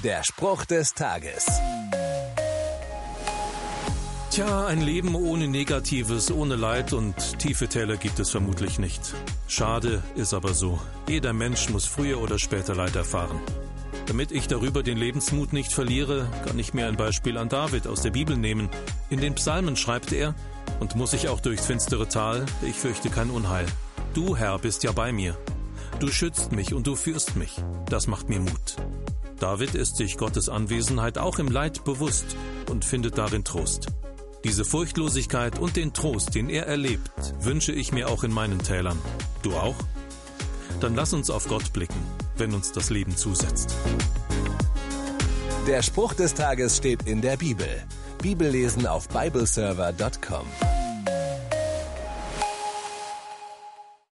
Der Spruch des Tages. Tja, ein Leben ohne Negatives, ohne Leid und tiefe Täler gibt es vermutlich nicht. Schade, ist aber so. Jeder Mensch muss früher oder später Leid erfahren. Damit ich darüber den Lebensmut nicht verliere, kann ich mir ein Beispiel an David aus der Bibel nehmen. In den Psalmen schreibt er: Und muss ich auch durchs finstere Tal, ich fürchte kein Unheil. Du, Herr, bist ja bei mir. Du schützt mich und du führst mich. Das macht mir Mut. David ist sich Gottes Anwesenheit auch im Leid bewusst und findet darin Trost. Diese Furchtlosigkeit und den Trost, den er erlebt, wünsche ich mir auch in meinen Tälern. Du auch? Dann lass uns auf Gott blicken, wenn uns das Leben zusetzt. Der Spruch des Tages steht in der Bibel. Bibellesen auf bibleserver.com.